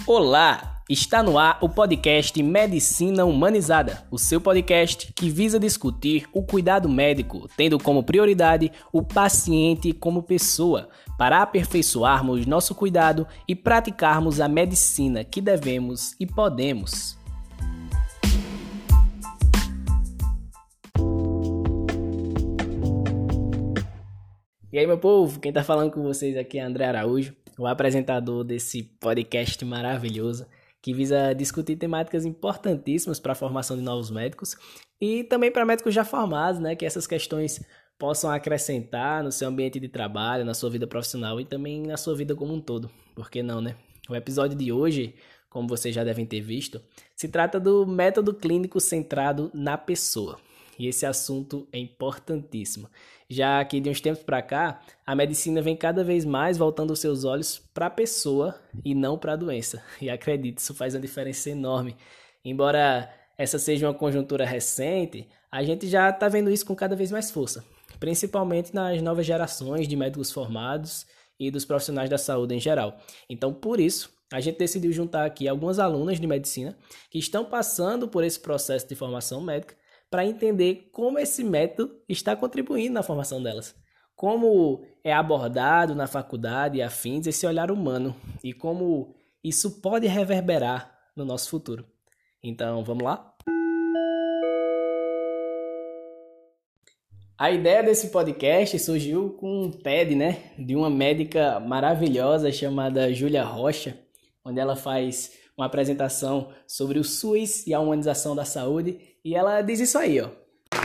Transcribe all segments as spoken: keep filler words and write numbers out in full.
Olá! Está no ar o podcast Medicina Humanizada, o seu podcast que visa discutir o cuidado médico, tendo como prioridade o paciente como pessoa, para aperfeiçoarmos nosso cuidado e praticarmos a medicina que devemos e podemos. E aí, meu povo, quem está falando com vocês aqui é André Araújo, o apresentador desse podcast maravilhoso que visa discutir temáticas importantíssimas para a formação de novos médicos e também para médicos já formados, né, que essas questões possam acrescentar no seu ambiente de trabalho, na sua vida profissional e também na sua vida como um todo. Por que não, né? O episódio de hoje, como vocês já devem ter visto, se trata do método clínico centrado na pessoa. E esse assunto é importantíssimo, já que de uns tempos para cá, a medicina vem cada vez mais voltando os seus olhos para a pessoa e não para a doença. E acredite, isso faz uma diferença enorme. Embora essa seja uma conjuntura recente, a gente já está vendo isso com cada vez mais força, principalmente nas novas gerações de médicos formados e dos profissionais da saúde em geral. Então, por isso, a gente decidiu juntar aqui algumas alunas de medicina que estão passando por esse processo de formação médica para entender como esse método está contribuindo na formação delas. Como é abordado na faculdade e afins esse olhar humano e como isso pode reverberar no nosso futuro. Então, vamos lá? A ideia desse podcast surgiu com um T E D, né, de uma médica maravilhosa chamada Júlia Rocha, onde ela faz uma apresentação sobre o SUS e a humanização da saúde, e ela diz isso aí, ó.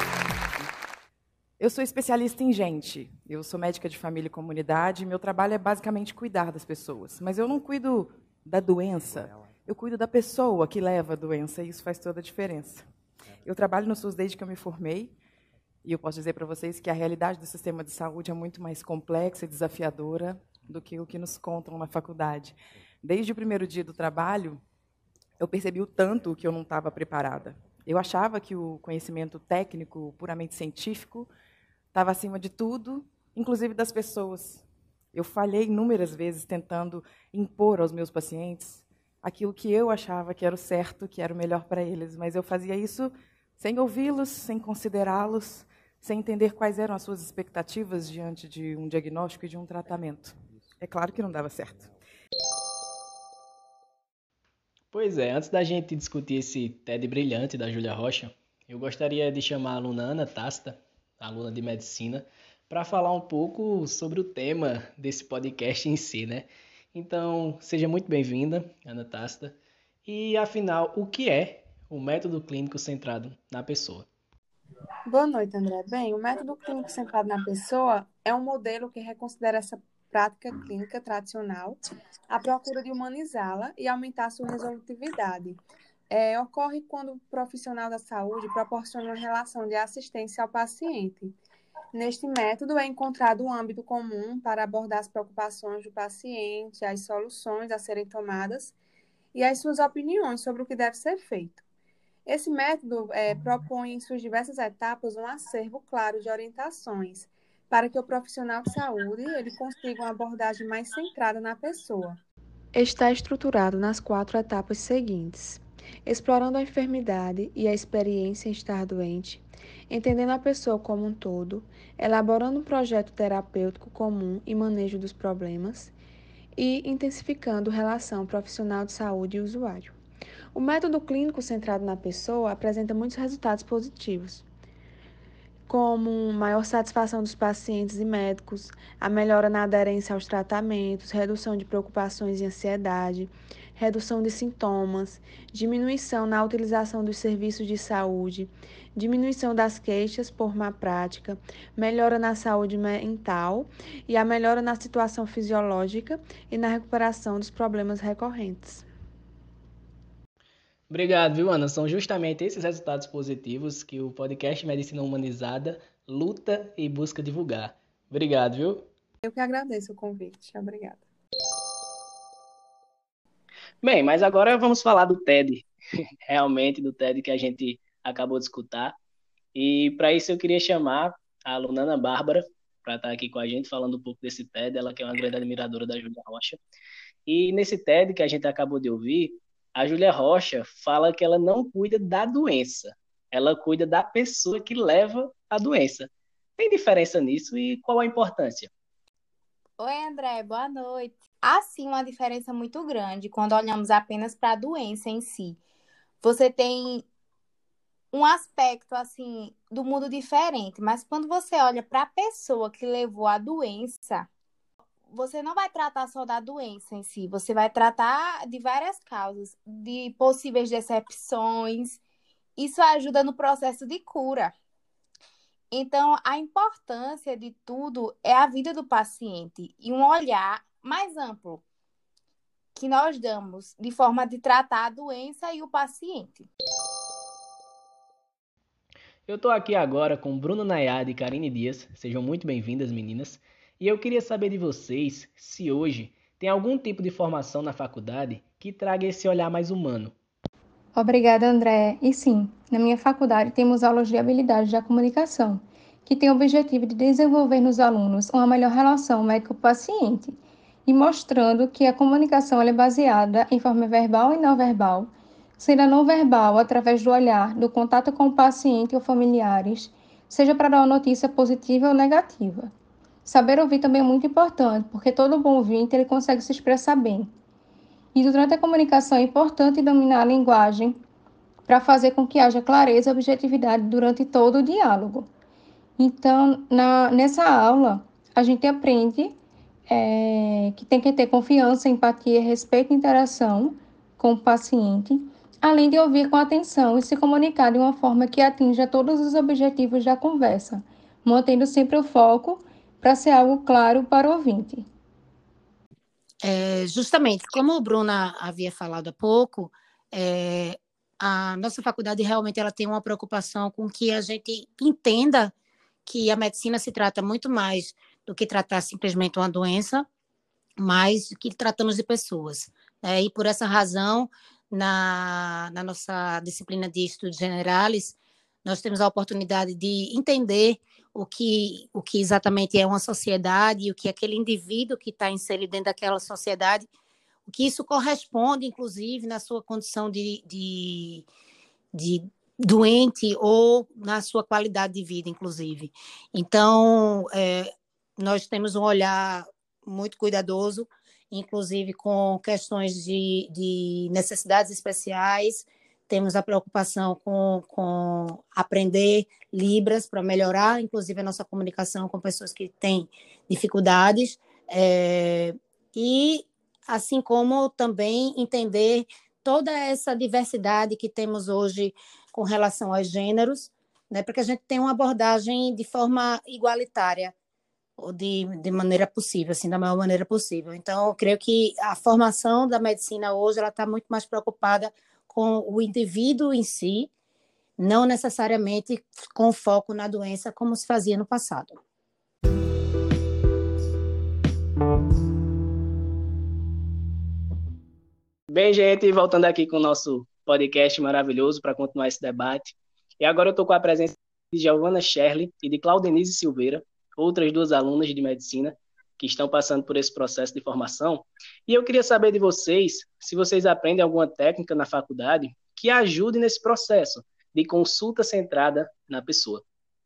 Eu sou especialista em gente, eu sou médica de família e comunidade, meu trabalho é basicamente cuidar das pessoas, mas eu não cuido da doença, eu cuido da pessoa que leva a doença, e isso faz toda a diferença. Eu trabalho no SUS desde que eu me formei, e eu posso dizer para vocês que a realidade do sistema de saúde é muito mais complexa e desafiadora do que o que nos contam na faculdade. Desde o primeiro dia do trabalho, eu percebi o tanto que eu não estava preparada. Eu achava que o conhecimento técnico, puramente científico, estava acima de tudo, inclusive das pessoas. Eu falhei inúmeras vezes tentando impor aos meus pacientes aquilo que eu achava que era o certo, que era o melhor para eles, mas eu fazia isso sem ouvi-los, sem considerá-los, sem entender quais eram as suas expectativas diante de um diagnóstico e de um tratamento. É claro que não dava certo. Pois é, antes da gente discutir esse T E D brilhante da Júlia Rocha, eu gostaria de chamar a aluna Ana Tasta, aluna de medicina, para falar um pouco sobre o tema desse podcast em si, né? Então, seja muito bem-vinda, Ana Tasta. E, afinal, o que é o método clínico centrado na pessoa? Boa noite, André. Bem, o método clínico centrado na pessoa é um modelo que reconsidera essa prática clínica tradicional à procura de humanizá-la e aumentar sua resolutividade. É, ocorre quando o profissional da saúde proporciona uma relação de assistência ao paciente. Neste método é encontrado um âmbito comum para abordar as preocupações do paciente, as soluções a serem tomadas e as suas opiniões sobre o que deve ser feito. Esse método é, propõe em suas diversas etapas um acervo claro de orientações para que o profissional de saúde ele consiga uma abordagem mais centrada na pessoa. Está estruturado nas quatro etapas seguintes: explorando a enfermidade e a experiência em estar doente, entendendo a pessoa como um todo, elaborando um projeto terapêutico comum e manejo dos problemas e intensificando relação profissional de saúde e usuário. O método clínico centrado na pessoa apresenta muitos resultados positivos, como maior satisfação dos pacientes e médicos, a melhora na aderência aos tratamentos, redução de preocupações e ansiedade, redução de sintomas, diminuição na utilização dos serviços de saúde, diminuição das queixas por má prática, melhora na saúde mental e a melhora na situação fisiológica e na recuperação dos problemas recorrentes. Obrigado, viu, Ana? São justamente esses resultados positivos que o podcast Medicina Humanizada luta e busca divulgar. Obrigado, viu? Eu que agradeço o convite. Obrigada. Bem, mas agora vamos falar do T E D, realmente do T E D que a gente acabou de escutar. E para isso eu queria chamar a aluna Ana Bárbara para estar aqui com a gente falando um pouco desse T E D, ela que é uma grande admiradora da Júlia Rocha. E nesse TED que a gente acabou de ouvir, a Júlia Rocha fala que ela não cuida da doença, ela cuida da pessoa que leva a doença. Tem diferença nisso e qual a importância? Oi, André, boa noite. Há sim uma diferença muito grande quando olhamos apenas para a doença em si. Você tem um aspecto assim do mundo diferente, mas quando você olha para a pessoa que levou a doença, você não vai tratar só da doença em si, você vai tratar de várias causas, de possíveis decepções. Isso ajuda no processo de cura. Então, a importância de tudo é a vida do paciente e um olhar mais amplo que nós damos de forma de tratar a doença e o paciente. Eu estou aqui agora com Bruno Nayade e Karine Dias, sejam muito bem-vindas, meninas. E eu queria saber de vocês se hoje tem algum tipo de formação na faculdade que traga esse olhar mais humano. Obrigada, André. E sim, na minha faculdade temos aulas de habilidades da comunicação, que tem o objetivo de desenvolver nos alunos uma melhor relação médico-paciente e mostrando que a comunicação ela é baseada em forma verbal e não verbal, sendo a não verbal através do olhar, do contato com o paciente ou familiares, seja para dar uma notícia positiva ou negativa. Saber ouvir também é muito importante, porque todo bom ouvinte ele consegue se expressar bem. E durante a comunicação é importante dominar a linguagem para fazer com que haja clareza e objetividade durante todo o diálogo. Então, na, nessa aula, a gente aprende é, que tem que ter confiança, empatia, respeito e interação com o paciente, além de ouvir com atenção e se comunicar de uma forma que atinja todos os objetivos da conversa, mantendo sempre o foco para ser algo claro para o ouvinte. É, justamente, como o Bruna havia falado há pouco, é, a nossa faculdade realmente ela tem uma preocupação com que a gente entenda que a medicina se trata muito mais do que tratar simplesmente uma doença, mas que tratamos de pessoas. Né? E por essa razão, na, na nossa disciplina de Estudos Generales, nós temos a oportunidade de entender o que, o que exatamente é uma sociedade, o que aquele indivíduo que está inserido dentro daquela sociedade, o que isso corresponde, inclusive, na sua condição de, de, de doente ou na sua qualidade de vida, inclusive. Então, é, nós temos um olhar muito cuidadoso, inclusive com questões de, de necessidades especiais. Temos a preocupação com, com aprender Libras para melhorar, inclusive, a nossa comunicação com pessoas que têm dificuldades. É, e, assim como também entender toda essa diversidade que temos hoje com relação aos gêneros, né, para que a gente tenha uma abordagem de forma igualitária, ou de, de maneira possível, assim, da maior maneira possível. Então, eu creio que a formação da medicina hoje ela está muito mais preocupada com o indivíduo em si, não necessariamente com foco na doença, como se fazia no passado. Bem, gente, voltando aqui com o nosso podcast maravilhoso para continuar esse debate. E agora eu estou com a presença de Giovana Sherli e de Claudenise Silveira, outras duas alunas de medicina que estão passando por esse processo de formação. E eu queria saber de vocês se vocês aprendem alguma técnica na faculdade que ajude nesse processo de consulta centrada na pessoa.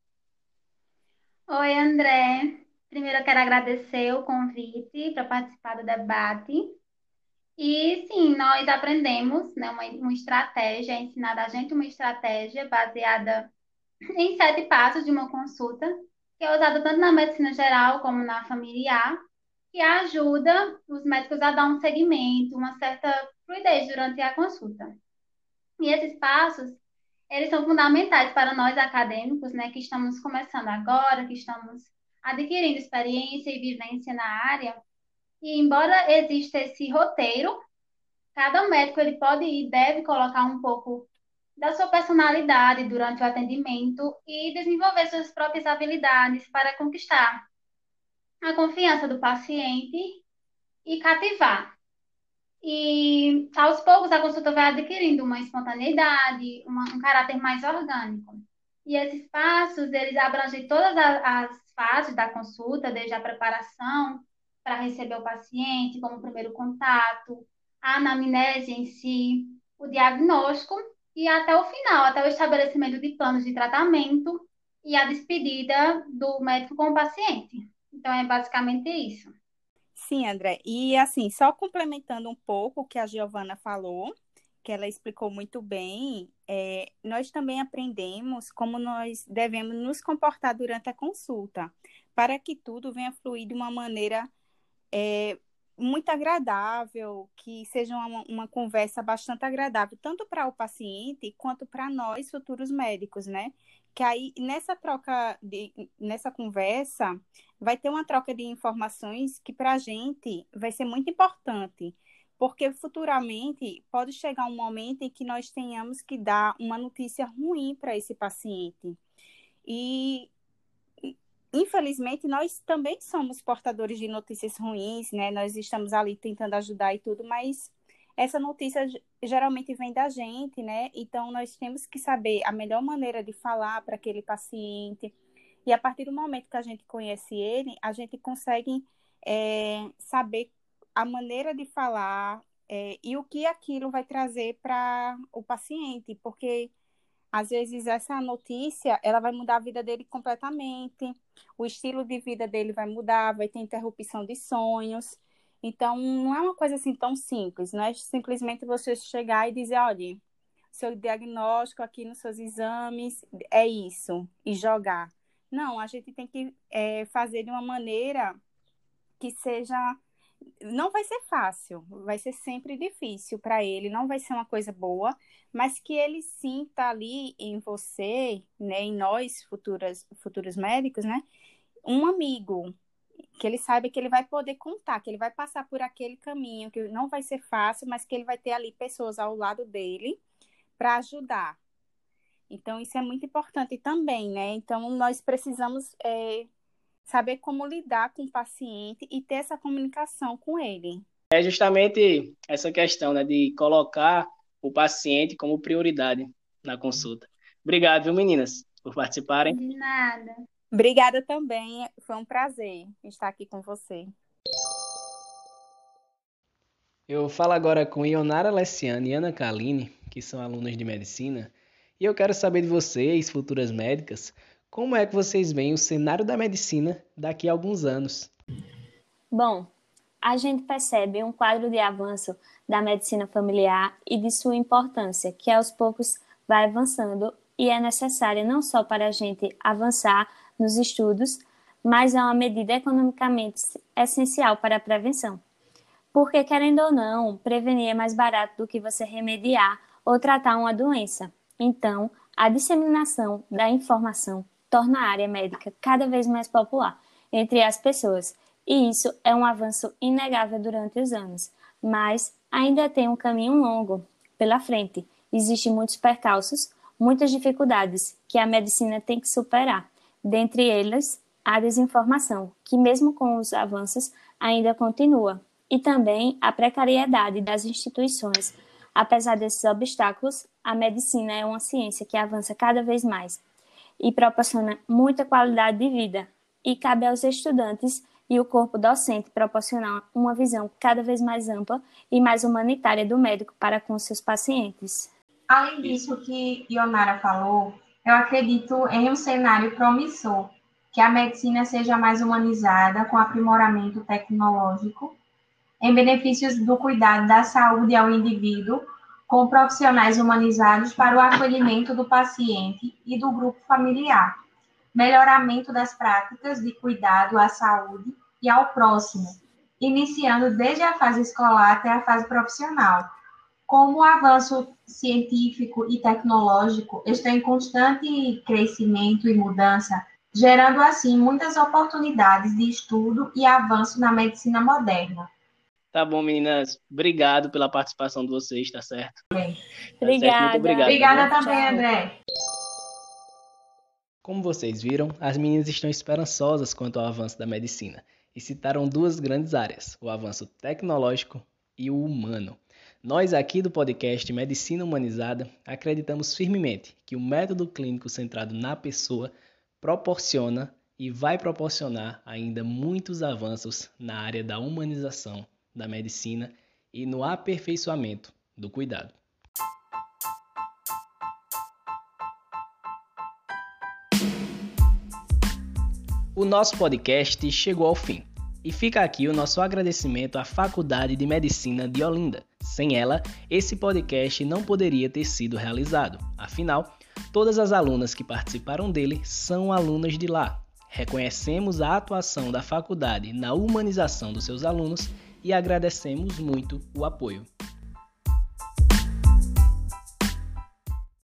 Oi, André. Primeiro eu quero agradecer o convite para participar do debate. E sim, nós aprendemos, né, uma, uma estratégia, é ensinada a gente uma estratégia baseada em sete passos de uma consulta, que é usada tanto na medicina geral como na familiar, que ajuda os médicos a dar um segmento, uma certa fluidez durante a consulta. E esses passos, eles são fundamentais para nós acadêmicos, né, que estamos começando agora, que estamos adquirindo experiência e vivência na área. E embora exista esse roteiro, cada médico ele pode e deve colocar um pouco da sua personalidade durante o atendimento e desenvolver suas próprias habilidades para conquistar a confiança do paciente e cativar. E aos poucos a consulta vai adquirindo uma espontaneidade, uma, um caráter mais orgânico. E esses passos, eles abrangem todas as, as fases da consulta, desde a preparação para receber o paciente, como o primeiro contato, a anamnese em si, o diagnóstico e até o final, até o estabelecimento de planos de tratamento e a despedida do médico com o paciente. Então, é basicamente isso. Sim, André. E assim, só complementando um pouco o que a Giovana falou, que ela explicou muito bem, é, nós também aprendemos como nós devemos nos comportar durante a consulta, para que tudo venha fluir de uma maneira é, muito agradável, que seja uma, uma conversa bastante agradável, tanto para o paciente quanto para nós, futuros médicos, né? Que aí, nessa troca, de, nessa conversa, vai ter uma troca de informações que para a gente vai ser muito importante, porque futuramente pode chegar um momento em que nós tenhamos que dar uma notícia ruim para esse paciente. E infelizmente, nós também somos portadores de notícias ruins, né? Nós estamos ali tentando ajudar e tudo, mas essa notícia geralmente vem da gente, né? Então, nós temos que saber a melhor maneira de falar para aquele paciente. E a partir do momento que a gente conhece ele, a gente consegue é, saber a maneira de falar é, e o que aquilo vai trazer para o paciente, porque às vezes essa notícia, ela vai mudar a vida dele completamente, o estilo de vida dele vai mudar, vai ter interrupção de sonhos. Então, não é uma coisa assim tão simples, não é simplesmente você chegar e dizer, olha, seu diagnóstico aqui nos seus exames é isso, e jogar. Não, a gente tem que é, fazer de uma maneira que seja... Não vai ser fácil, vai ser sempre difícil para ele, não vai ser uma coisa boa, mas que ele sinta ali em você, né, em nós, futuras, futuros médicos, né, um amigo, que ele saiba que ele vai poder contar, que ele vai passar por aquele caminho, que não vai ser fácil, mas que ele vai ter ali pessoas ao lado dele para ajudar. Então, isso é muito importante também, né? Então, nós precisamos... É, saber como lidar com o paciente e ter essa comunicação com ele. É justamente essa questão, né, de colocar o paciente como prioridade na consulta. Obrigado, viu, meninas, por participarem. De nada. Obrigada também, foi um prazer estar aqui com você. Eu falo agora com Ionara Alessiane e Ana Kaline, que são alunas de medicina, e eu quero saber de vocês, futuras médicas, como é que vocês veem o cenário da medicina daqui a alguns anos? Bom, a gente percebe um quadro de avanço da medicina familiar e de sua importância, que aos poucos vai avançando e é necessária não só para a gente avançar nos estudos, mas é uma medida economicamente essencial para a prevenção. Porque, querendo ou não, prevenir é mais barato do que você remediar ou tratar uma doença. Então, a disseminação da informação torna a área médica cada vez mais popular entre as pessoas, e isso é um avanço inegável durante os anos, mas ainda tem um caminho longo pela frente. Existem muitos percalços, muitas dificuldades que a medicina tem que superar, dentre elas a desinformação, que mesmo com os avanços ainda continua, e também a precariedade das instituições. Apesar desses obstáculos, a medicina é uma ciência que avança cada vez mais e proporciona muita qualidade de vida, e cabe aos estudantes e o corpo docente proporcionar uma visão cada vez mais ampla e mais humanitária do médico para com seus pacientes. Além disso que Ionara falou, eu acredito em um cenário promissor, que a medicina seja mais humanizada com aprimoramento tecnológico, em benefícios do cuidado da saúde ao indivíduo, com profissionais humanizados para o acolhimento do paciente e do grupo familiar, melhoramento das práticas de cuidado à saúde e ao próximo, iniciando desde a fase escolar até a fase profissional. Como o avanço científico e tecnológico está em constante crescimento e mudança, gerando assim muitas oportunidades de estudo e avanço na medicina moderna. Tá bom, meninas. Obrigado pela participação de vocês, tá certo? Bem. Tá Obrigada. certo? Muito obrigado. Obrigada Tá também, André. Como vocês viram, as meninas estão esperançosas quanto ao avanço da medicina e citaram duas grandes áreas, o avanço tecnológico e o humano. Nós aqui do podcast Medicina Humanizada acreditamos firmemente que o método clínico centrado na pessoa proporciona e vai proporcionar ainda muitos avanços na área da humanização da medicina e no aperfeiçoamento do cuidado. O nosso podcast chegou ao fim. E fica aqui o nosso agradecimento à Faculdade de Medicina de Olinda. Sem ela, esse podcast não poderia ter sido realizado. Afinal, todas as alunas que participaram dele são alunas de lá. Reconhecemos a atuação da faculdade na humanização dos seus alunos e agradecemos muito o apoio.